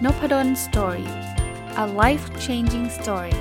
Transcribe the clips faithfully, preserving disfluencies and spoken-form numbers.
Nopadon Story. A life-changing story.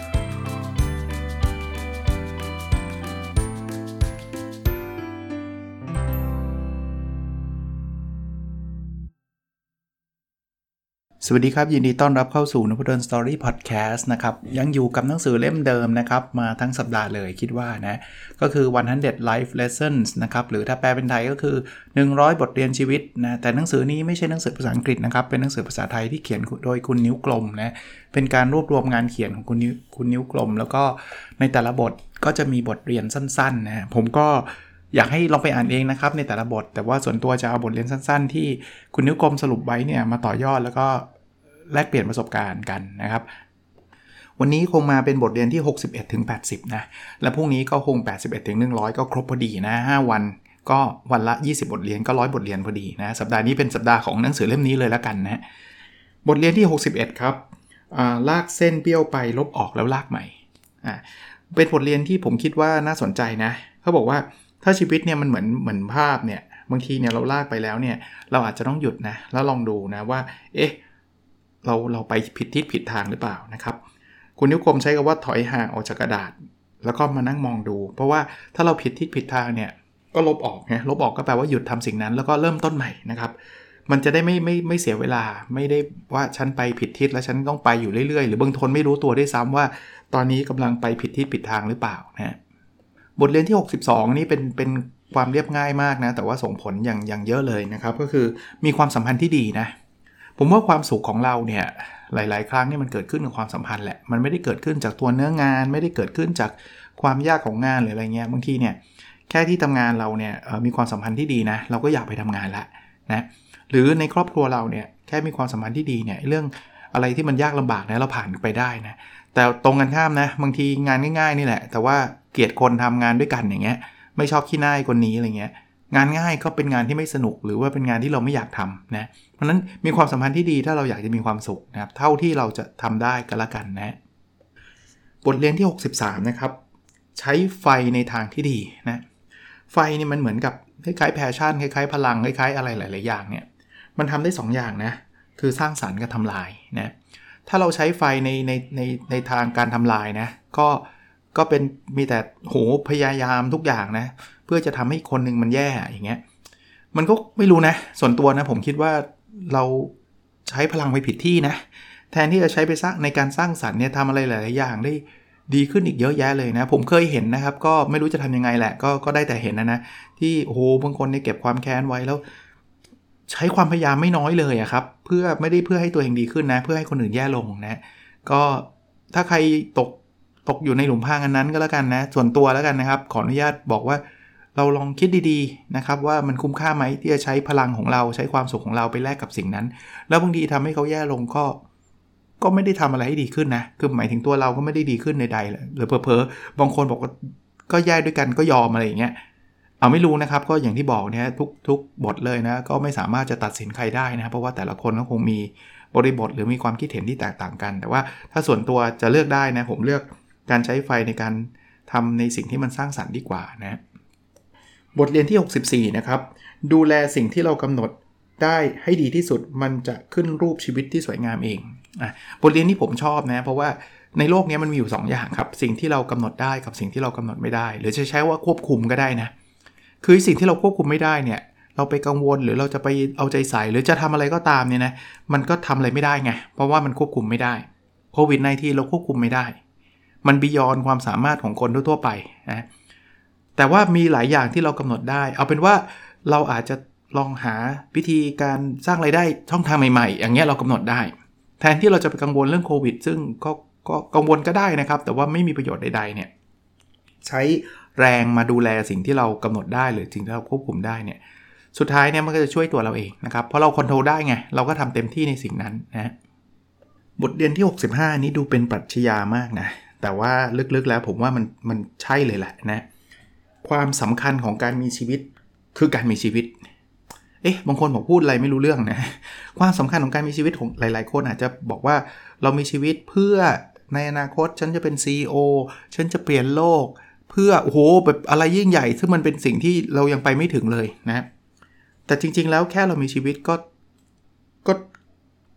สวัสดีครับยินดีต้อนรับเข้าสู่ Nopadon Story Podcast นะครับยังอยู่กับหนังสือเล่มเดิมนะครับมาทั้งสัปดาห์เลยคิดว่านะก็คือหนึ่งร้อย Life Lessons นะครับหรือถ้าแปลเป็นไทยก็คือหนึ่งร้อยบทเรียนชีวิตนะแต่หนังสือนี้ไม่ใช่หนังสือภาษาอังกฤษนะครับเป็นหนังสือภาษาไทยที่เขียนโดยคุณนิ้วกลมนะเป็นการรวบรวมงานเขียนของคุณนิ้วคุณนิ้วกลมแล้วก็ในแต่ละบทก็จะมีบทเรียนสั้นๆนะผมก็อยากให้ลองไปอ่านเองนะครับในแต่ละบทแต่ว่าส่วนตัวจะเอาบทเรียนสั้นๆที่คุณนิ้วกลมสรุปไว้เนี่ยมาต่อยอดแล้วก็แลกเปลี่ยนประสบการณ์กันนะครับวันนี้คงมาเป็นบทเรียนที่ หกสิบเอ็ดถึงแปดสิบ นะและพรุ่งนี้ก็คง แปดสิบเอ็ดถึงหนึ่งร้อย ก็ครบพอดีนะห้าวันก็วันละยี่สิบบทเรียนก็หนึ่งร้อยบทเรียนพอดีนะสัปดาห์นี้เป็นสัปดาห์ของหนังสือเล่มนี้เลยแล้วกันนะบทเรียนที่หกสิบเอ็ดครับอ่าลากเส้นเบี้ยวไปลบออกแล้วลากใหม่อ่าเป็นบทเรียนที่ผมคิดว่าน่าสนใจนะเขาบอกว่าถ้าชีวิตเนี่ยมันเหมือนเหมือนภาพเนี่ยบางทีเนี่ยเราลากไปแล้วเนี่ยเราอาจจะต้องหยุดนะแล้วลองดูนะว่าเอ๊ะเราเราไปผิดทิศผิดทางหรือเปล่านะครับคุณนิ้วกลมใช้คำว่าถอยห่างออกจากกระดาษแล้วก็มานั่งมองดูเพราะว่าถ้าเราผิดทิศผิดทางเนี่ยก็ลบออกนะลบออกก็แปลว่าหยุดทำสิ่งนั้นแล้วก็เริ่มต้นใหม่นะครับมันจะได้ไม่ไม่ไม่เสียเวลาไม่ได้ว่าฉันไปผิดทิศแล้วฉันต้องไปอยู่เรื่อยๆหรือบางคนไม่รู้ตัวด้วยซ้ำว่าตอนนี้กำลังไปผิดทิศผิดทางหรือเปล่านะบทเรียนที่หกสิบสองนี่เป็นเป็นความเรียบง่ายมากนะแต่ว่าส่งผลอย่างอย่างเยอะเลยนะครับก็คือมีความสัมพันธ์ที่ดีนะผมว่าความสุขของเราเนี่ยหลายๆครั้งนี่มันเกิดขึ้นกับความสัมพันธ์แหละมันไม่ได้เกิดขึ้นจากตัวเนื้องานไม่ได้เกิดขึ้นจากความยากของงานหรืออะไรเงี้ยบางทีเนี่ยแค่ที่ทำงานเราเนี่ยมีความสัมพันธ์ที่ดีนะเราก็อยากไปทำงานละนะหรือในครอบครัวเราเนี่ยแค่มีความสัมพันธ์ที่ดีเนี่ยเรื่องอะไรที่มันยากลำบากนะเราผ่านไปได้นะแต่ตรงกันข้ามนะบางทีงานง่ายๆนี่แหละแต่ว่าเกลียดคนทำงานด้วยกันอย่างเงี้ยไม่ชอบขี้หน้าคนนี้อะไรเงี้ยงานง่ายก็เป็นงานที่ไม่สนุกหรือว่าเป็นงานที่เราไม่อยากทำนะเพราะนั้นมีความสัมพันธ์ที่ดีถ้าเราอยากจะมีความสุขนะครับเท่าที่เราจะทำได้ก็แล้วกันนะบทเรียนที่หกสิบสามนะครับใช้ไฟในทางที่ดีนะไฟนี่มันเหมือนกับคล้ายๆแพชชั่นคล้ายๆพลังคล้ายๆอะไรหลายๆอย่างเนี่ยมันทำได้สองอย่างนะคือสร้างสรรค์กับทำลายนะถ้าเราใช้ไฟในในในในทางการทำลายนะก็ก็เป็นมีแต่โหพยายามทุกอย่างนะเพื่อจะทำให้คนนึงมันแย่อย่างเงี้ยมันก็ไม่รู้นะส่วนตัวนะผมคิดว่าเราใช้พลังไปผิดที่นะแทนที่จะใช้ไปสร้างในการสร้างสรรค์เนี่ยทำอะไรหลายๆอย่างได้ดีขึ้นอีกเยอะแยะเลยนะผมเคยเห็นนะครับก็ไม่รู้จะทำยังไงแหละก็ก็ได้แต่เห็นนะนะที่โอ้โหบางคนเนี่ยเก็บความแค้นไว้แล้วใช้ความพยายามไม่น้อยเลยอะครับเพื่อไม่ได้เพื่อให้ตัวเองดีขึ้นนะเพื่อให้คนอื่นแย่ลงนะก็ถ้าใครตกตกอยู่ในหลุมพรางอันนั้นก็แล้วกันนะส่วนตัวแล้วกันนะครับขออนุญาตบอกว่าเราลองคิดดีๆนะครับว่ามันคุ้มค่าไหมที่จะใช้พลังของเราใช้ความสุขของเราไปแลกกับสิ่งนั้นแล้วบางทีทำให้เขาแย่ลงก็ก็ไม่ได้ทำอะไรให้ดีขึ้นนะคือหมายถึงตัวเราก็ไม่ได้ดีขึ้นใดๆเลยหรือเผลอๆบางคนบอกว่าก็แย่ด้วยกันก็ยอมอะไรอย่างเงี้ยเอาไม่รู้นะครับก็อย่างที่บอกเนี่ยทุกทุกบทเลยนะก็ไม่สามารถจะตัดสินใครได้นะเพราะว่าแต่ละคนก็คงมีบริบทหรือมีความคิดเห็นที่แตกต่างกันแต่ว่าถ้าส่วนตัวจะเลือกได้นะผมเลือกการใช้ไฟในการทำในสิ่งที่มันสร้างสรรค์ดีกว่านะบทเรียนที่หกสิบสี่นะครับดูแลสิ่งที่เรากำหนดได้ให้ดีที่สุดมันจะขึ้นรูปชีวิตที่สวยงามเองอ่ะบทเรียนที่ผมชอบนะเพราะว่าในโลกนี้มันมีอยู่สองอย่างครับสิ่งที่เรากำหนดได้กับสิ่งที่เรากำหนดไม่ได้หรือจะใช้ว่าควบคุมก็ได้นะคือสิ่งที่เราควบคุมไม่ได้เนี่ยเราไปกังวลหรือเราจะไปเอาใจใส่หรือจะทำอะไรก็ตามเนี่ยนะมันก็ทำอะไรไม่ได้ไงเพราะว่ามันควบคุมไม่ได้โควิด สิบเก้า เราควบคุมไม่ได้มันบียอนความสามารถของคนทั่วไปนะแต่ว่ามีหลายอย่างที่เรากำหนดได้เอาเป็นว่าเราอาจจะลองหาวิธีการสร้างรายได้ช่องทางใหม่ๆอย่างเงี้ยเรากำหนดได้แทนที่เราจะไปกังวลเรื่องโควิดซึ่งก็ก็กังวลก็ได้นะครับแต่ว่าไม่มีประโยชน์ใดๆเนี่ยใช้แรงมาดูแลสิ่งที่เรากำหนดได้หรือสิ่งที่เราควบคุมได้เนี่ยสุดท้ายเนี่ยมันก็จะช่วยตัวเราเองนะครับเพราะเราคอนโทรลได้ไงเราก็ทำเต็มที่ในสิ่งนั้นนะบทเรียนที่หกสิบห้านี้ดูเป็นปรัชญามากนะแต่ว่าลึกๆแล้วผมว่ามันมันใช่เลยแหละนะความสำคัญของการมีชีวิตคือการมีชีวิตเอ๊ะบางคนบอกพูดอะไรไม่รู้เรื่องนะความสำคัญของการมีชีวิตของหลายๆคนอาจจะบอกว่าเรามีชีวิตเพื่อในอนาคตฉันจะเป็น ซี อี โอ ฉันจะเปลี่ยนโลกเพื่อโอ้โหแบบอะไรยิ่งใหญ่ซึ่งมันเป็นสิ่งที่เรายังไปไม่ถึงเลยนะแต่จริงๆแล้วแค่เรามีชีวิตก็ก็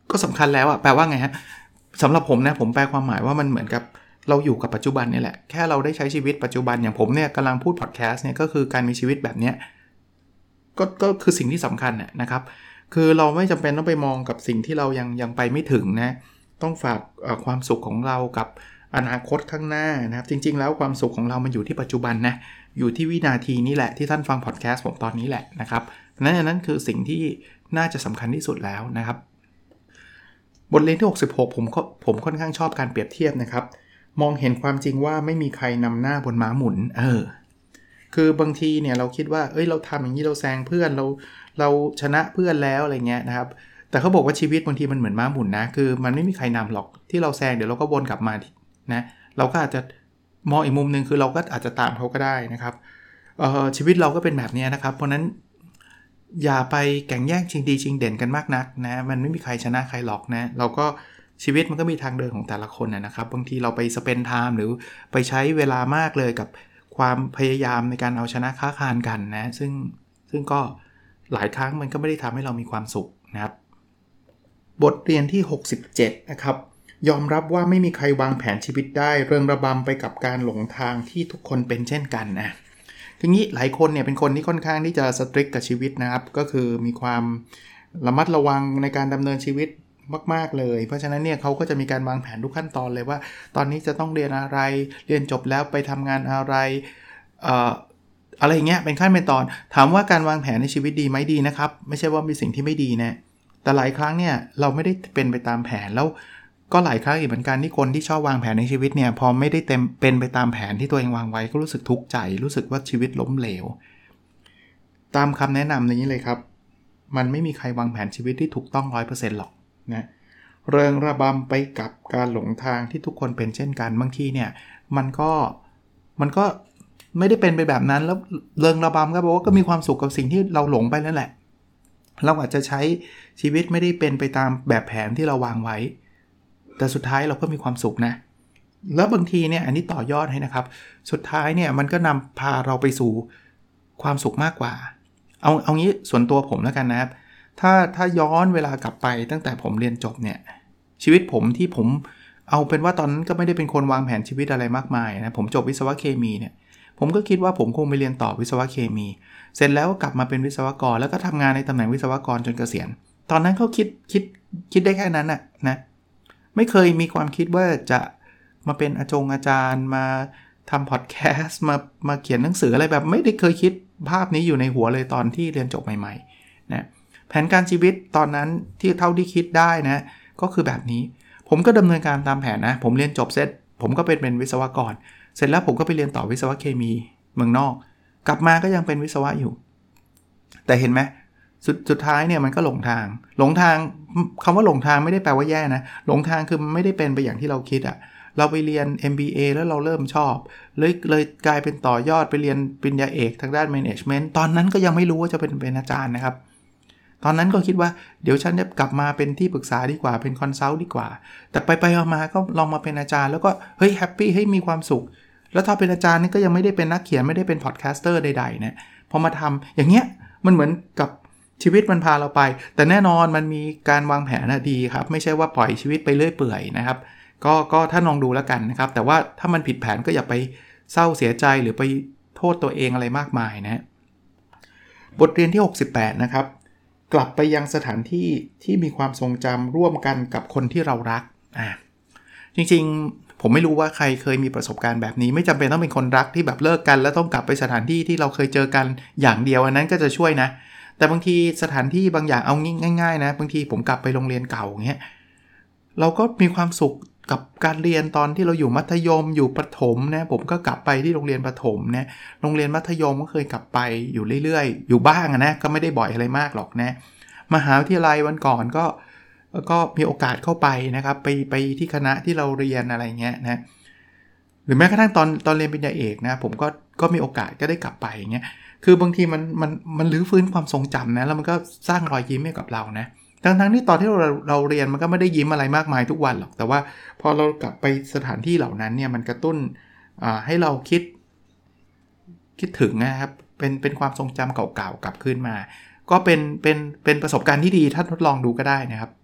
ก็สำคัญแล้วอะแปลว่าไงฮะสำหรับผมนะผมแปลความหมายว่ามันเหมือนกับเราอยู่กับปัจจุบันนี่แหละแค่เราได้ใช้ชีวิตปัจจุบันอย่างผมเนี่ยกำลังพูดพอดแคสต์เนี่ยก็คือการมีชีวิตแบบเนี้ยก็ก็คือสิ่งที่สำคัญนะครับคือเราไม่จำเป็นต้องไปมองกับสิ่งที่เรายังยังไปไม่ถึงนะต้องฝากความสุขของเรากับอนาคตข้างหน้านะครับจริงๆแล้วความสุขของเรามันอยู่ที่ปัจจุบันนะอยู่ที่วินาทีนี้แหละที่ท่านฟังพอดแคสต์ผมตอนนี้แหละนะครับนั่นนั่นคือสิ่งที่น่าจะสำคัญที่สุดแล้วนะครับบทเรียนที่หกสิบหกผมก็ผมค่อนข้างชอบการเปรียบเทียบนะครับมองเห็นความจริงว่าไม่มีใครนำหน้าบนม้าหมุนเออคือบางทีเนี่ยเราคิดว่าเอ้ยเราทำอย่างนี้เราแซงเพื่อนเราเราชนะเพื่อนแล้วอะไรเงี้ยนะครับแต่เขาบอกว่าชีวิตบางทีมันเหมือนม้าหมุนนะคือมันไม่มีใครนำหรอกที่เราแซงเดี๋ยวเราก็วนกลับมานะเราก็อาจจะมองอีกมุมนึงคือเราก็อาจจะตามเขาก็ได้นะครับเอ่อชีวิตเราก็เป็นแบบนี้นะครับเพราะนั้นอย่าไปแข่งแย่งชิงดีชิงเด่นกันมากนักนะมันไม่มีใครชนะใครหรอกนะเราก็ชีวิตมันก็มีทางเดินของแต่ละคนนะครับบางทีเราไปสเปนไทม์หรือไปใช้เวลามากเลยกับความพยายามในการเอาชนะค้าคานกันนะซึ่งซึ่งก็หลายครั้งมันก็ไม่ได้ทำให้เรามีความสุขนะครับบทเรียนที่หกสิบเจ็ดนะครับยอมรับว่าไม่มีใครวางแผนชีวิตได้เริงระบำไปกับการหลงทางที่ทุกคนเป็นเช่นกันนะทีนี้หลายคนเนี่ยเป็นคนที่ค่อนข้างที่จะสตริกกับชีวิตนะครับก็คือมีความระมัดระวังในการดำเนินชีวิตมากๆเลยเพราะฉะนั้นเนี่ยเขาก็จะมีการวางแผนทุกขั้นตอนเลยว่าตอนนี้จะต้องเรียนอะไรเรียนจบแล้วไปทำงานอะไรเอ่ออะไรอย่างเงี้ยเป็นขั้นเป็นตอนถามว่าการวางแผนในชีวิตดีไหมดีนะครับไม่ใช่ว่ามีสิ่งที่ไม่ดีนะแต่หลายครั้งเนี่ยเราไม่ได้เป็นไปตามแผนแล้วก็หลายครั้งอีกเหมือนกันที่คนที่ชอบวางแผนในชีวิตเนี่ยพอไม่ได้เต็มเป็นไปตามแผนที่ตัวเองวางไว้ก็รู้สึกทุกข์ใจรู้สึกว่าชีวิตล้มเหลวตามคำแนะนำนี้เลยครับมันไม่มีใครวางแผนชีวิตที่ถูกต้อง ร้อยเปอร์เซ็นต์ หรอกนะเริงระบำไปกับการหลงทางที่ทุกคนเป็นเช่นกันบางทีเนี่ยมันก็มันก็ไม่ได้เป็นไปแบบนั้นแล้วเริงระบำก็บอกว่าก็มีความสุขกับสิ่งที่เราหลงไปนั่นแหละเราอาจจะใช้ชีวิตไม่ได้เป็นไปตามแบบแผนที่เราวางไว้แต่สุดท้ายเราก็มีความสุขนะแล้วบางทีเนี่ยอันนี้ต่อยอดให้นะครับสุดท้ายเนี่ยมันก็นำพาเราไปสู่ความสุขมากกว่าเอาเอางี้ส่วนตัวผมแล้วกันนะครับถ้าถ้าย้อนเวลากลับไปตั้งแต่ผมเรียนจบเนี่ยชีวิตผมที่ผมเอาเป็นว่าตอนนั้นก็ไม่ได้เป็นคนวางแผนชีวิตอะไรมากมายนะผมจบวิศวะเคมีเนี่ยผมก็คิดว่าผมคงไปเรียนต่อวิศวะเคมีเสร็จแล้วกลับมาเป็นวิศวกรแล้วก็ทำงานในตำแหน่งวิศวกรจนเกษียณตอนนั้นเขาคิดคิดคิดได้แค่นั้นน่ะนะไม่เคยมีความคิดว่าจะมาเป็นอาจงอาจารย์มาทำพอดแคสต์มามาเขียนหนังสืออะไรแบบไม่ได้เคยคิดภาพนี้อยู่ในหัวเลยตอนที่เรียนจบใหม่ๆนะแผนการชีวิตตอนนั้นที่เท่าที่คิดได้นะก็คือแบบนี้ผมก็ดำเนินการตามแผนนะผมเรียนจบเสร็จผมก็เป็นเป็นวิศวกรเสร็จแล้วผมก็ไปเรียนต่อวิศวะเคมีเมืองนอกกลับมาก็ยังเป็นวิศวะอยู่แต่เห็นไหมสุดสุดท้ายเนี่ยมันก็หลงทางหลงทางคำว่าหลงทางไม่ได้แปลว่าแย่นะหลงทางคือไม่ได้เป็นไปอย่างที่เราคิดอะเราไปเรียน เอ็ม บี เอ แล้วเราเริ่มชอบเลยเลยกลายเป็นต่อยอดไปเรียนปริญญาเอกทางด้าน management ตอนนั้นก็ยังไม่รู้ว่าจะเป็นเป็นอาจารย์นะครับตอนนั้นก็คิดว่าเดี๋ยวฉันจะกลับมาเป็นที่ปรึกษาดีกว่าเป็นคอนซัลท์ดีกว่าแต่ไปไปมาก็ลองมาเป็นอาจารย์แล้วก็เฮ้ยแฮปปี้ให้มีความสุขแล้วถ้าเป็นอาจารย์นี่ก็ยังไม่ได้เป็นนักเขียนไม่ได้เป็นพอดแคสเตอร์ใดๆนะพอมาทำอย่างเงี้ยมันเหมือนกับชีวิตมันพาเราไปแต่แน่นอนมันมีการวางแผนนะดีครับไม่ใช่ว่าปล่อยชีวิตไปเรื่อยเปื่อยนะครับก็ก็ถ้าลองดูแล้วกันนะครับแต่ว่าถ้ามันผิดแผนก็อย่าไปเศร้าเสียใจหรือไปโทษตัวเองอะไรมากมายนะบทเรียนที่หกสิบแปดนะครับกลับไปยังสถานที่ที่มีความทรงจำร่วมกันกับคนที่เรารักอ่าจริงๆผมไม่รู้ว่าใครเคยมีประสบการณ์แบบนี้ไม่จำเป็นต้องเป็นคนรักที่แบบเลิกกันแล้วต้องกลับไปสถานที่ที่เราเคยเจอกันอย่างเดียวอันนั้นก็จะช่วยนะแต่บางทีสถานที่บางอย่างเอาง่ายๆนะบางทีผมกลับไปโรงเรียนเก่าอย่างเงี้ยเราก็มีความสุขกับการเรียนตอนที่เราอยู่มัธยมอยู่ประถมนะผมก็กลับไปที่โรงเรียนประถมนะโรงเรียนมัธยมก็เคยกลับไปอยู่เรื่อยๆอยู่บ้างนะก็ไม่ได้บ่อยอะไรมากหรอกนะมหาวิทยาลัยวันก่อนก็ก็มีโอกาสเข้าไปนะครับไปไปที่คณะที่เราเรียนอะไรเงี้ยนะหรือแม้กระทั่งตอนตอนเรียนปริญญาเอกนะผมก็ก็มีโอกาสก็ได้กลับไปอย่างเงี้ยคือบางทีมันมันมันรื้อฟื้นความทรงจำนะแล้วมันก็สร้างรอยยิ้มให้กับเรานะทั้งทั้งที่ตอนที่เราเราเรียนมันก็ไม่ได้ยิ้มอะไรมากมายทุกวันหรอกแต่ว่าพอเรากลับไปสถานที่เหล่านั้นเนี่ยมันกระตุ้นอ่าให้เราคิดคิดถึงนะครับเป็นเป็นความทรงจำเก่าๆกลับคืนมาก็เป็นเป็นเป็นประสบการณ์ที่ดีถ้าทดลองดูก็ได้นะครับ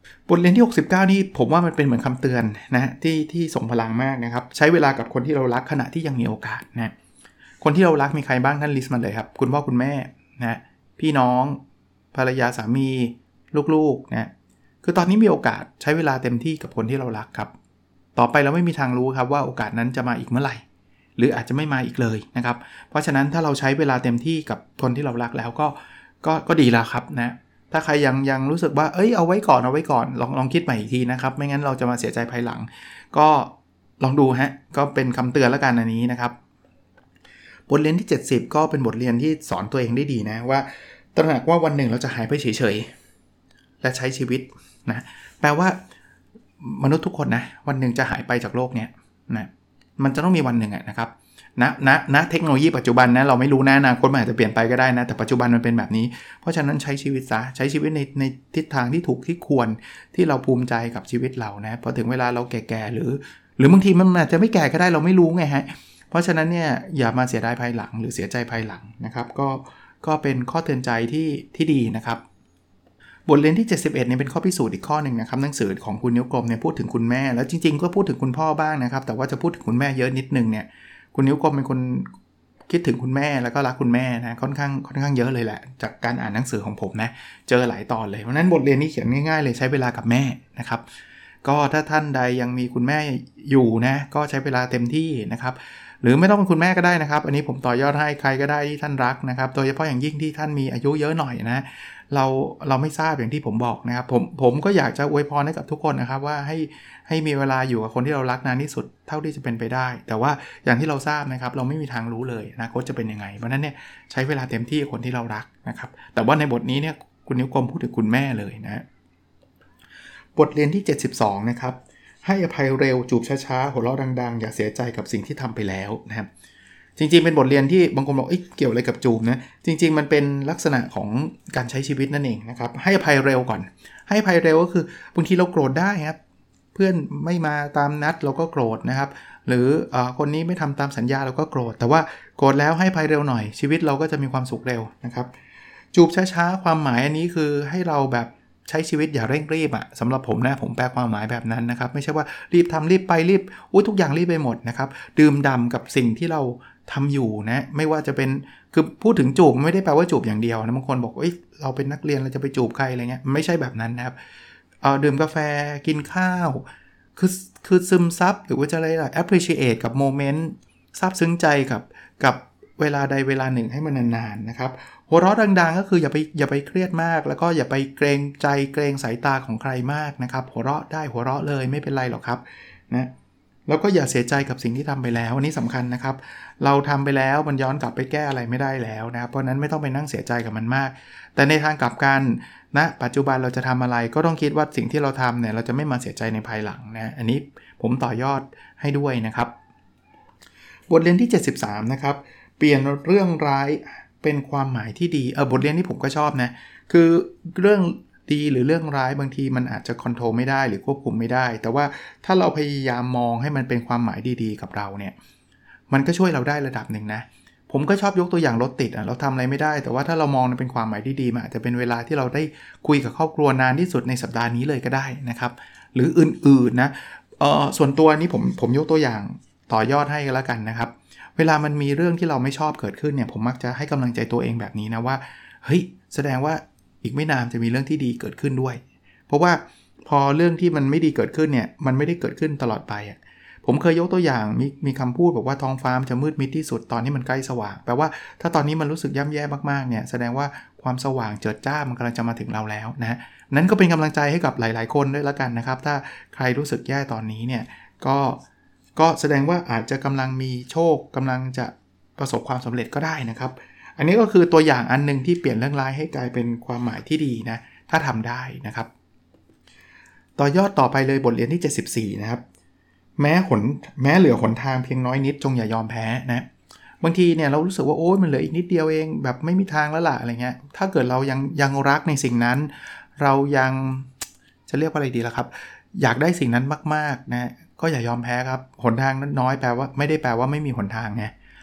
บทเรียนที่หกสิบเก้านี่ผมว่ามันเป็นเหมือนคำเตือนนะที่ที่ส่งพลังมากนะครับใช้เวลากับคนที่เรารักขณะที่ยังมีโอกาสนะคนที่เรารักมีใครบ้างท่านลิสต์มาเลยครับคุณพ่อคุณแม่นะพี่น้องภรรยาสามีลูกๆนะคือตอนนี้มีโอกาสใช้เวลาเต็มที่กับคนที่เรารักครับต่อไปเราไม่มีทางรู้ครับว่าโอกาสนั้นจะมาอีกเมื่อไหร่หรืออาจจะไม่มาอีกเลยนะครับเพราะฉะนั้นถ้าเราใช้เวลาเต็มที่กับคนที่เรารักแล้วก็ก็ก็ดีแล้วครับนะถ้าใครยังยังรู้สึกว่าเอ้ยเอาไว้ก่อนเอาไว้ก่อนลองลองคิดใหม่อีกทีนะครับไม่งั้นเราจะมาเสียใจภายหลังก็ลองดูฮะก็เป็นคำเตือนแล้วกันอันนี้นะครับบทเรียนที่เจ็ดสิบก็เป็นบทเรียนที่สอนตัวเองได้ดีนะว่าตระหนักว่าวันหนึ่งเราจะหายไปเฉยๆและใช้ชีวิตนะแปลว่ามนุษย์ทุกคนนะวันหนึ่งจะหายไปจากโลกเนี้ยนะมันจะต้องมีวันหนึ่งอะนะครับณณณเทคโนโลยีปัจจุบันนะเราไม่รู้นะอนาคตมันอาจจะเปลี่ยนไปก็ได้นะแต่ปัจจุบันมันเป็นแบบนี้เพราะฉะนั้นใช้ชีวิตซะใช้ชีวิตในในทิศทางที่ถูกที่ควรที่เราภูมิใจกับชีวิตเรานะพอถึงเวลาเราแก่ๆหรือหรือบางทีมันอาจจะไม่แก่ก็ได้เราไม่รู้ไงฮะเพราะฉะนั้นเนี่ยอย่ามาเสียดายภายหลังหรือเสียใจภายหลังนะครับก็ก็เป็นข้อเตือนใจที่ที่ดีนะครับบทเรียนที่เจ็ดสิบเอ็ดเนี่ยเป็นข้อพิสูจน์อีกข้อนึงนะครับหนังสือของคุณนิ้วกลมเนี่ยพูดถึงคุณแม่แล้วจริงๆก็พูดถึงคุณพ่อบ้างนะครับแต่ว่าจะพูดถึงคุณแม่เยอะนิดนึงเนี่ยคุณนิ้วกลมเป็นคนคิดถึงคุณแม่แล้วก็รักคุณแม่นะค่อนข้างค่อนข้างเยอะเลยแหละจากการอ่านหนังสือของผมนะเจอหลายตอนเลยเพราะนั้นบทเรียนนี้เขียนง่ายๆเลยใช้เวลากับแม่นะครับก็ถ้าท่านใดยังมีคุณแม่อยู่นะก็ใช้เวลาเต็มที่นะครับหรือไม่ต้องเป็นคุณแม่ก็ได้นะครับอันนี้ผมต่อยอดให้ใครก็ได้ที่ท่านรักนะครับโดยเฉพาะอย่างยิ่งที่ท่านมีอายุเยอะหน่อยนะเราเราไม่ทราบอย่างที่ผมบอกนะครับผมผมก็อยากจะอวยพรให้กับทุกคนนะครับว่าให้ให้มีเวลาอยู่กับคนที่เรารักนานที่สุดเท่าที่จะเป็นไปได้แต่ว่าอย่างที่เราทราบนะครับเราไม่มีทางรู้เลยอนาคตจะเป็นยังไงเพราะนั้นเนี่ยใช้เวลาเต็มที่กับคนที่เรารักนะครับแต่ว่าในบทนี้เนี่ยคุณนิ้วกลมพูดถึงคุณแม่เลยนะบทเรียนที่เจ็ดสิบสองนะครับให้อภัยเร็วจูบช้าๆหัวเราะดังๆอย่าเสียใจกับสิ่งที่ทำไปแล้วนะครับจริงๆเป็นบทเรียนที่บางคนบอกเอ๊ะเกี่ยวอะไรกับจูบนะจริงๆมันเป็นลักษณะของการใช้ชีวิตนั่นเองนะครับให้อภัยเร็วก่อนให้อภัยเร็วก็คือบางทีเราโกรธได้ครับเพื่อนไม่มาตามนัดเราก็โกรธนะครับหรือเอ่อคนนี้ไม่ทำตามสัญญาเราก็โกรธแต่ว่าโกรธแล้วให้อภัยเร็วหน่อยชีวิตเราก็จะมีความสุขเร็วนะครับจูบช้าๆความหมายอันนี้คือให้เราแบบใช้ชีวิตอย่าเร่งรีบอ่ะสำหรับผมนะผมแปลความหมายแบบนั้นนะครับไม่ใช่ว่ารีบทำรีบไปรีบอุ้ยทุกอย่างรีบไปหมดนะครับดื่มด่ำกับสิ่งที่เราทำอยู่นะไม่ว่าจะเป็นคือพูดถึงจูบไม่ได้แปลว่าจูบอย่างเดียวนะบางคนบอกเอ้ยเราเป็นนักเรียนเราจะไปจูบใครอะไรเงี้ยไม่ใช่แบบนั้นนะครับเอ่อดื่มกาแฟกินข้าวคือคือซึมซับหรือว่าจะอะไรล่ะ appreciate กับโมเมนต์ซาบซึ้งใจกับกับเวลาใดเวลาหนึ่งให้มันนานๆนะครับหัวเราะดังๆก็คืออย่าไปอย่าไปเครียดมากแล้วก็อย่าไปเกรงใจเกรงสายตาของใครมากนะครับหัวเราะได้หัวเราะเลยไม่เป็นไรหรอกครับนะแล้วก็อย่าเสียใจกับสิ่งที่ทำไปแล้วอันนี้สำคัญนะครับเราทำไปแล้วมันย้อนกลับไปแก้อะไรไม่ได้แล้วนะครับเพราะนั้นไม่ต้องไปนั่งเสียใจกับมันมากแต่ในทางกลับกันนะปัจจุบันเราจะทำอะไรก็ต้องคิดว่าสิ่งที่เราทำเนี่ยเราจะไม่มาเสียใจในภายหลังนะอันนี้ผมต่อยอดให้ด้วยนะครับบทเรียนที่เจ็ดสิบสามนะครับเปลี่ยนเรื่องร้ายเป็นความหมายที่ดีเออบทเรียนที่ผมก็ชอบนะคือเรื่องดีหรือเรื่องร้ายบางทีมันอาจจะคอนโทรลไม่ได้หรือควบคุมไม่ได้แต่ว่าถ้าเราพยายามมองให้มันเป็นความหมายดีๆกับเราเนี่ยมันก็ช่วยเราได้ระดับหนึ่งนะผมก็ชอบยกตัวอย่างรถติดอ่ะเราทำอะไรไม่ได้แต่ว่าถ้าเรามองเป็นความหมายที่ดีมันอาจจะเป็นเวลาที่เราได้คุยกับครอบครัวนานที่สุดในสัปดาห์นี้เลยก็ได้นะครับหรืออื่นๆนะเอ่อส่วนตัวนี้ผมผมยกตัวอย่างต่อยอดให้กันแล้วกันนะครับเวลามันมีเรื่องที่เราไม่ชอบเกิดขึ้นเนี่ยผมมักจะให้กำลังใจตัวเองแบบนี้นะว่าเฮ้ยแสดงว่าอีกไม่นานจะมีเรื่องที่ดีเกิดขึ้นด้วยเพราะว่าพอเรื่องที่มันไม่ดีเกิดขึ้นเนี่ยมันไม่ได้เกิดขึ้นตลอดไปอ่ะผมเคยยกตัวอย่างมีมีคำพูดบอกว่าท้องฟ้ามันจะมืดมิดที่สุดตอนที่มันใกล้สว่างแปลว่าถ้าตอนนี้มันรู้สึกย่ำแย่มากๆเนี่ยแสดงว่าความสว่างเจิดจ้ามันกำลังจะมาถึงเราแล้วนะนั้นก็เป็นกำลังใจให้กับหลายๆคนด้วยละกันนะครับถ้าใครรู้สึกแย่ตอนนี้เนี่ยก็ก็แสดงว่าอาจจะกำลังมีโชคกำลังจะประสบความสำเร็จก็ได้นะครับอันนี้ก็คือตัวอย่างอันนึงที่เปลี่ยนเรื่องร้ายให้กลายเป็นความหมายที่ดีนะถ้าทำได้นะครับต่อยอดต่อไปเลยบทเรียนที่เจ็ดสิบสี่นะครับแม้หนแม้เหลือหนทางเพียงน้อยนิดจงอย่ายอมแพ้นะบางทีเนี่ยเรารู้สึกว่าโอ้ยมันเหลืออีกนิดเดียวเองแบบไม่มีทางแล้วล่ะอะไรเงี้ยถ้าเกิดเรายังยังรักในสิ่งนั้นเรายังจะเรียกว่าอะไรดีล่ะครับอยากได้สิ่งนั้นมากๆนะก็อย่ายอมแพ้ครับหนทางนั้นน้อยแปลว่าไม่ได้แปลว่าไม่มีหนทางไง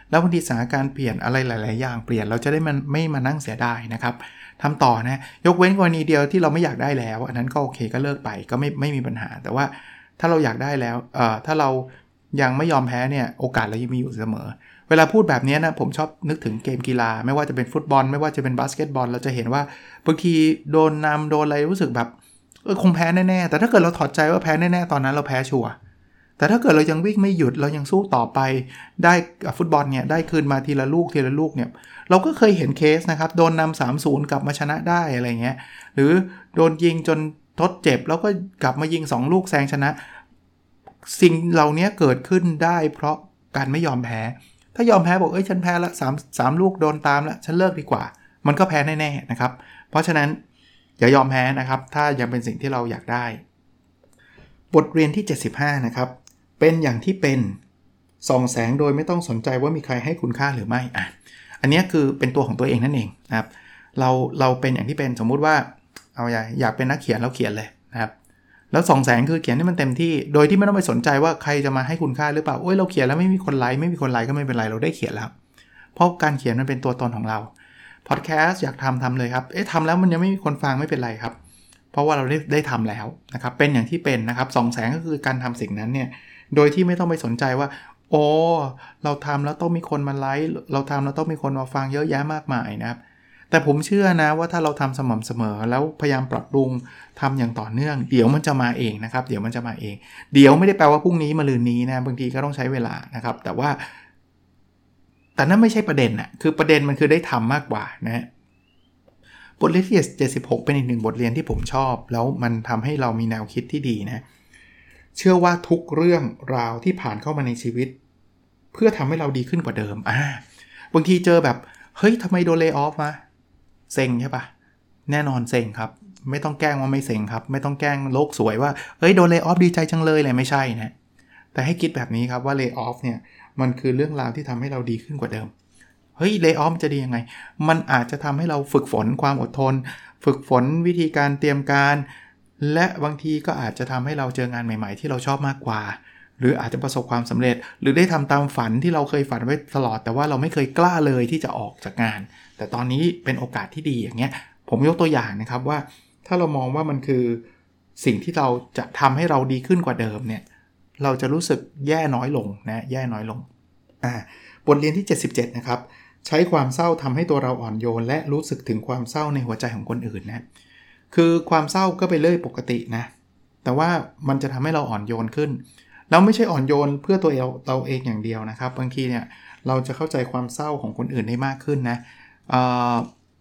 แล้วบางทีสถานการณ์เปลี่ยนอะไรหลายๆอย่างเปลี่ยนเราจะได้มันไม่มานั่งเสียดายนะครับทำต่อนะยกเว้นกรณีเดียวที่เราไม่อยากได้แล้วอันนั้นก็โอเคก็เลิกไปก็ไม่ไม่มีปัญหาแต่ว่าถ้าเราอยากได้แล้วเอ่อถ้าเรายังไม่ยอมแพ้เนี่ยโอกาสเรายังมีอยู่เสมอเวลาพูดแบบนี้นะผมชอบนึกถึงเกมกีฬาไม่ว่าจะเป็นฟุตบอลไม่ว่าจะเป็นบาสเกตบอลเราจะเห็นว่าบางทีโดนนำโดนอะไรรู้สึกแบบเออคงแพ้แน่ๆแต่ถ้าเกิดเราถอดใจว่าแพ้แน่ๆตอนนั้นเราแพ้ชัวร์แต่ถ้าเกิดเรายังวิ่งไม่หยุดเรายังสู้ต่อไปได้ฟุตบอลเนี่ยได้คืนมาทีละลูกทีละลูกเนี่ยเราก็เคยเห็นเคสนะครับโดนนำ สามศูนย์ กลับมาชนะได้อะไรเงี้ยหรือโดนยิงจนทดเจ็บแล้วก็กลับมายิงสองลูกแซงชนะสิ่งเหล่านี้เกิดขึ้นได้เพราะการไม่ยอมแพ้ถ้ายอมแพ้บอกเอ้ยฉันแพ้ละ3 3ลูกโดนตามละฉันเลิกดีกว่ามันก็แพ้แน่ๆนะครับเพราะฉะนั้นอย่ายอมแพ้นะครับถ้ายังเป็นสิ่งที่เราอยากได้บทเรียนที่เจ็ดสิบห้านะครับเป็นอย่างที่เป็นส่องแสงโดยไม่ต้องสนใจว่ามีใครให้คุณค่าหรือไม่อ่ะอันนี้คือเป็นตัวของตัวเองนั่นเองนะครับเราเราเป็นอย่างที่เป็นสมมุติว่าเอาอยากอยากเป็นนักเขียนแล้วเขียนเลยนะครับแล้วส่องแสงคือเขียนให้มันเต็มที่โดยที่ไม่ต้องไปสนใจว่าใครจะมาให้คุณค่าหรือเปล่าโอ้ยเราเขียนแล้วไม่มีคนไลค์ไม่มีคนไลค์ก็ไม่เป็นไรเราได้เขียนแล้วเพราะการเขียนมันเป็นตัวตนของเราพอดแคสต์อยากทำทำเลยครับเอ๊ะทำแล้วมันยังไม่มีคนฟังไม่เป็นไรครับเพราะว่าเราได้ได้ทำแล้วนะครับเป็นอย่างที่เป็นนะครับส่องแสงก็คือการทำสิ่งนั้นเนี่ยโดยที่ไม่ต้องไปสนใจว่าโอ้เราทำแล้วต้องมีคนมาไลค์เราทำแล้วต้องมีคนมาฟังเยอะแยะมากมายนะครับแต่ผมเชื่อนะว่าถ้าเราทำสม่ำเสมอแล้วพยายามปรับปรุงทำอย่างต่อเนื่องเดี๋ยวมันจะมาเองนะครับเดี๋ยวมันจะมาเองเดี๋ยวไม่ได้แปลว่าพรุ่งนี้มะรืนนี้นะบางทีก็ต้องใช้เวลานะครับแต่ว่าแต่นั่นไม่ใช่ประเด็นน่ะคือประเด็นมันคือได้ทำมากกว่านะบทเรียนที่เจ็ดสิบหกเป็นอีกหนึ่งบทเรียนที่ผมชอบแล้วมันทำให้เรามีแนวคิดที่ดีนะเชื่อว่าทุกเรื่องราวที่ผ่านเข้ามาในชีวิตเพื่อทำให้เราดีขึ้นกว่าเดิมอ่าบางทีเจอแบบเฮ้ยทำไมโดนเลย์ออฟมาเซ็งใช่ปะแน่นอนเซ็งครับไม่ต้องแกล้งว่าไม่เซ็งครับไม่ต้องแกล้งโลกสวยว่าเฮ้ยโดนเลย์ออฟดีใจจังเลยเลยไม่ใช่นะแต่ให้คิดแบบนี้ครับว่าเลย์ออฟเนี่ยมันคือเรื่องราวที่ทำให้เราดีขึ้นกว่าเดิมเฮ้ยเลย์ออฟจะดียังไงมันอาจจะทำให้เราฝึกฝนความอดทนฝึกฝนวิธีการเตรียมการและบางทีก็อาจจะทำให้เราเจองานใหม่ๆที่เราชอบมากกว่าหรืออาจจะประสบความสำเร็จหรือได้ทำตามฝันที่เราเคยฝันไว้ตลอดแต่ว่าเราไม่เคยกล้าเลยที่จะออกจากงานแต่ตอนนี้เป็นโอกาสที่ดีอย่างเงี้ยผมยกตัวอย่างนะครับว่าถ้าเรามองว่ามันคือสิ่งที่เราจะทำให้เราดีขึ้นกว่าเดิมเนี่ยเราจะรู้สึกแย่น้อยลงนะแย่น้อยลงอ่าบทเรียนที่เจ็ดสิบเจ็ดนะครับใช้ความเศร้าทำให้ตัวเราอ่อนโยนและรู้สึกถึงความเศร้าในหัวใจของคนอื่นนะคือความเศร้าก็ไปเรื่อยปกตินะแต่ว่ามันจะทำให้เราอ่อนโยนขึ้นแล้วไม่ใช่อ่อนโยนเพื่อตัวเราเราเองอย่างเดียวนะครับบางทีเนี่ยเราจะเข้าใจความเศร้าของคนอื่นได้มากขึ้นนะเอ่อ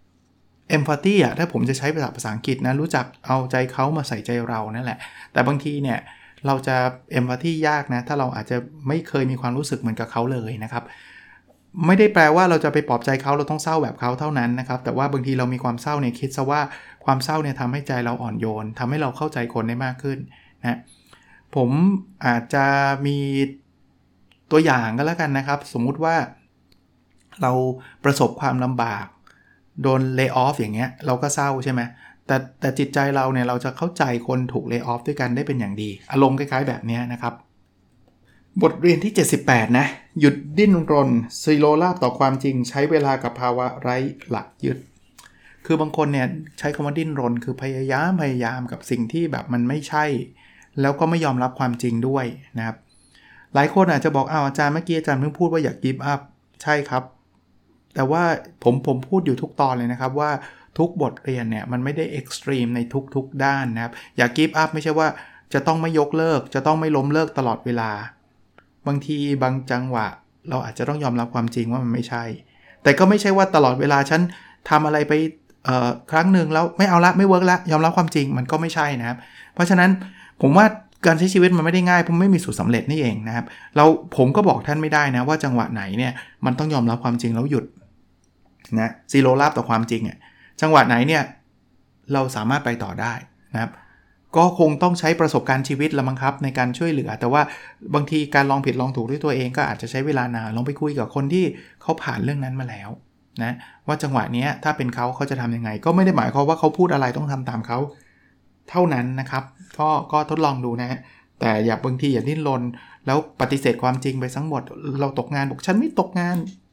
empathy อ่ะถ้าผมจะใช้ภาษาภาษาอังกฤษนะรู้จักเอาใจเขามาใส่ใจเรานั่นแหละแต่บางทีเนี่ยเราจะ empathy ยากนะถ้าเราอาจจะไม่เคยมีความรู้สึกเหมือนกับเขาเลยนะครับไม่ได้แปลว่าเราจะไปปลอบใจเขาเราต้องเศร้าแบบเขาเท่านั้นนะครับแต่ว่าบางทีเรามีความเศร้าเนี่ยคิดซะว่าความเศร้าเนี่ยทำให้ใจเราอ่อนโยนทำให้เราเข้าใจคนได้มากขึ้นนะผมอาจจะมีตัวอย่างก็แล้วกันนะครับสมมุติว่าเราประสบความลำบากโดนเลย์ออฟอย่างเงี้ยเราก็เศร้าใช่ไหมแต่แต่จิตใจเราเนี่ยเราจะเข้าใจคนถูกเลย์ออฟด้วยกันได้เป็นอย่างดีอารมณ์คล้ายๆแบบนี้นะครับบทเรียนที่เจ็ดสิบแปดนะหยุดดิ้นรนซีโรราบต่อความจริงใช้เวลากับภาวะไร้หลักยึดคือบางคนเนี่ยใช้คำว่าดิ้นรนคือพยายามพยายามกับสิ่งที่แบบมันไม่ใช่แล้วก็ไม่ยอมรับความจริงด้วยนะครับหลายคนอาจจะบอกอ้าวอาจารย์เมื่อกี้อาจารย์เพิ่งพูดว่าอยากกิฟต์อัพใช่ครับแต่ว่าผมผมพูดอยู่ทุกตอนเลยนะครับว่าทุกบทเรียนเนี่ยมันไม่ได้เอ็กซ์ตรีมในทุกๆด้านนะครับอยากกิฟต์อัพไม่ใช่ว่าจะต้องไม่ยกเลิกจะต้องไม่ล้มเลิกตลอดเวลาบางทีบางจังหวะเราอาจจะต้องยอมรับความจริงว่ามันไม่ใช่แต่ก็ไม่ใช่ว่าตลอดเวลาฉันทำอะไรไปเอ่อครั้งหนึ่งแล้วไม่เอาละไม่เวิร์กละยอมรับความจริงมันก็ไม่ใช่นะครับเพราะฉะนั้นผมว่าการใช้ชีวิตมันไม่ได้ง่ายเพราะไม่มีสูตรสำเร็จนี่เองนะครับเราผมก็บอกท่านไม่ได้นะว่าจังหวะไหนเนี่ยมันต้องยอมรับความจริงแล้วหยุดนะซีโร่ราบต่อความจริงอ่ะจังหวะไหนเนี่ยเราสามารถไปต่อได้นะครับก็คงต้องใช้ประสบการณ์ชีวิตละมั้งครับในการช่วยเหลือแต่ว่าบางทีการลองผิดลองถูกด้วยตัวเองก็อาจจะใช้เวลานานลองไปคุยกับคนที่เขาผ่านเรื่องนั้นมาแล้วนะว่าจังหวะนี้ถ้าเป็นเขาเขาจะทำยังไงก็ไม่ได้หมายความว่าเขาพูดอะไรต้องทำตามเขาเท่านั้นนะครับก็ก็ทดลองดูนะฮะแต่อย่าบางทีอย่าดิ้นรนแล้วปฏิเสธความจริงไปทั้งหมดเราตกงานบอกฉันไม่ตกงาน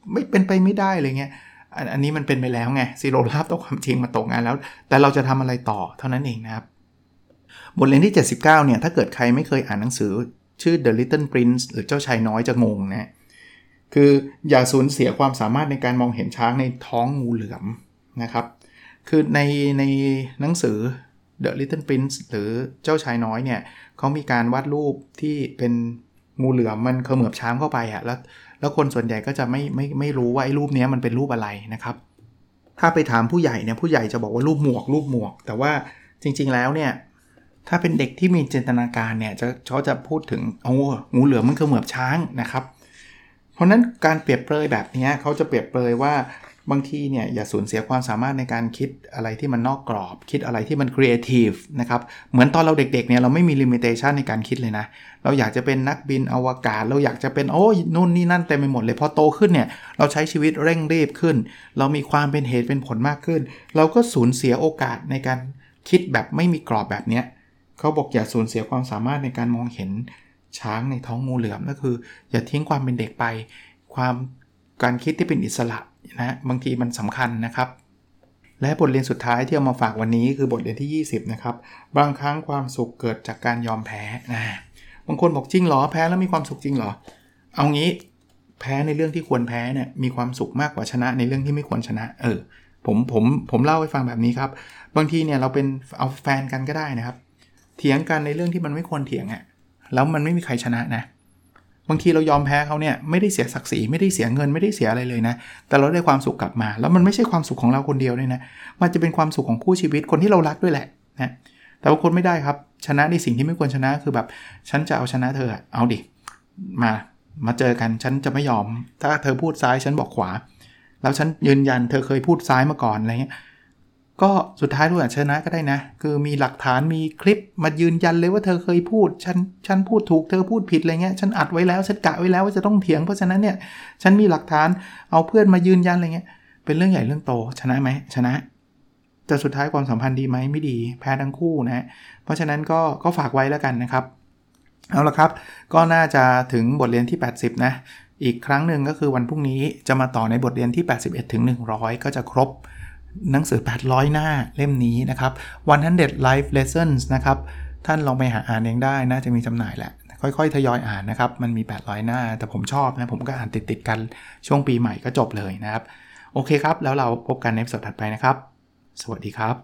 ไม่เป็นไปไม่ได้เลยเงี้ยอันนี้มันเป็นไปแล้วไงซีโร่ราบต้องความจริงมาตกงานแล้วแต่เราจะทำอะไรต่อเท่านั้นเองนะครับบทเรียนที่เจ็ดสิบเก้าเนี่ยถ้าเกิดใครไม่เคยอ่านหนังสือชื่อ The Little Prince หรือเจ้าชายน้อยจะงงนะคืออย่าสูญเสียความสามารถในการมองเห็นช้างในท้องงูเหลือมนะครับคือในในหนังสือ The Little Prince หรือเจ้าชายน้อยเนี่ยเขามีการวาดรูปที่เป็นงูเหลือมมันเขมือบช้างเข้าไปอ่ะแล้วแล้วคนส่วนใหญ่ก็จะไม่ไม่ไม่รู้ว่าไอ้รูปนี้มันเป็นรูปอะไรนะครับถ้าไปถามผู้ใหญ่เนี่ยผู้ใหญ่จะบอกว่ารูปหมวกรูปหมวกแต่ว่าจริงๆแล้วเนี่ยถ้าเป็นเด็กที่มีจินตนาการเนี่ยจะเขาจะพูดถึงโอ้งูเหลือมมันเขมือบช้างนะครับเพราะนั้นการเปรียบเปรยแบบนี้เขาจะเปรียบเปรยว่าบางทีเนี่ยอย่าสูญเสียความสามารถในการคิดอะไรที่มันนอกกรอบคิดอะไรที่มันครีเอทีฟนะครับเหมือนตอนเราเด็กๆเนี่ยเราไม่มีลิมิเตชันในการคิดเลยนะเราอยากจะเป็นนักบินอวกาศเราอยากจะเป็นโอ้ยนู่นนี่นั่นเต็มไปหมดเลยพอโตขึ้นเนี่ยเราใช้ชีวิตเร่งรีบขึ้นเรามีความเป็นเหตุเป็นผลมากขึ้นเราก็สูญเสียโอกาสในการคิดแบบไม่มีกรอบแบบเนี้ยเขาบอกอย่าสูญเสียความสามารถในการมองเห็นช้างในท้องงูเหลือมก็คืออย่าทิ้งความเป็นเด็กไปความการคิดที่เป็นอิสระนะบางทีมันสำคัญนะครับและบทเรียนสุดท้ายที่เอามาฝากวันนี้คือบทเรียนที่ยี่สิบนะครับบางครั้งความสุขเกิดจากการยอมแพ้นะบางคนบอกจริงเหรอแพ้แล้วมีความสุขจริงเหรอเอางี้แพ้ในเรื่องที่ควรแพ้เนี่ยมีความสุขมากกว่าชนะในเรื่องที่ไม่ควรชนะเออผมผมผมเล่าให้ฟังแบบนี้ครับบางทีเนี่ยเราเป็นเอาแฟนกันก็ได้นะครับเถียงกันในเรื่องที่มันไม่ควรเถียงอ่ะแล้วมันไม่มีใครชนะนะบางทีเรายอมแพ้เขาเนี่ยไม่ได้เสียศักดิ์ศรีไม่ได้เสียเงินไม่ได้เสียอะไรเลยนะแต่เราได้ความสุขกลับมาแล้วมันไม่ใช่ความสุขของเราคนเดียวด้วยนะมันจะเป็นความสุขของคู่ชีวิตคนที่เรารักด้วยแหละนะแต่บางคนไม่ได้ครับชนะในสิ่งที่ไม่ควรชนะคือแบบฉันจะเอาชนะเธอเอาดิมามาเจอกันฉันจะไม่ยอมถ้าเธอพูดซ้ายฉันบอกขวาแล้วฉันยืนยันเธอเคยพูดซ้ายมาก่อนอะไรเงี้ยก็สุดท้ายเราอาจชนะก็ได้นะคือมีหลักฐานมีคลิปมายืนยันเลยว่าเธอเคยพูดฉันฉันพูดถูกเธอพูดผิดอะไรเงี้ยฉันอัดไว้แล้วฉันกะไว้แล้วว่าจะต้องเถียงเพราะฉะนั้นเนี่ยฉันมีหลักฐานเอาเพื่อนมายืนยันอะไรเงี้ยเป็นเรื่องใหญ่เรื่องโตชนะไหมชนะแต่สุดท้ายความสัมพันธ์ดีไหมไม่ดีแพ้ทั้งคู่นะเพราะฉะนั้นก็ก็ฝากไว้แล้วกันนะครับเอาละครับก็น่าจะถึงบทเรียนที่แปดสิบนะอีกครั้งหนึ่งก็คือวันพรุ่งนี้จะมาต่อในบทเรียนที่แปดสิบเอ็ดถึงหนึ่งร้อยก็จะครบหนังสือแปดร้อยหน้าเล่มนี้นะครับหนึ่งร้อย Life Lessons นะครับท่านลองไปหาอ่านเองได้น่าจะมีจำหน่ายแหละค่อยๆทยอยอ่านนะครับมันมีแปดร้อยหน้าแต่ผมชอบนะผมก็อ่านติดๆกันช่วงปีใหม่ก็จบเลยนะครับโอเคครับแล้วเราพบกันในตอนถัดไปนะครับสวัสดีครับ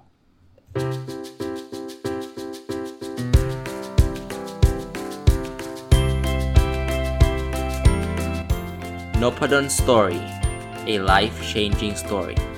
Nopadon Story, a life-changing story.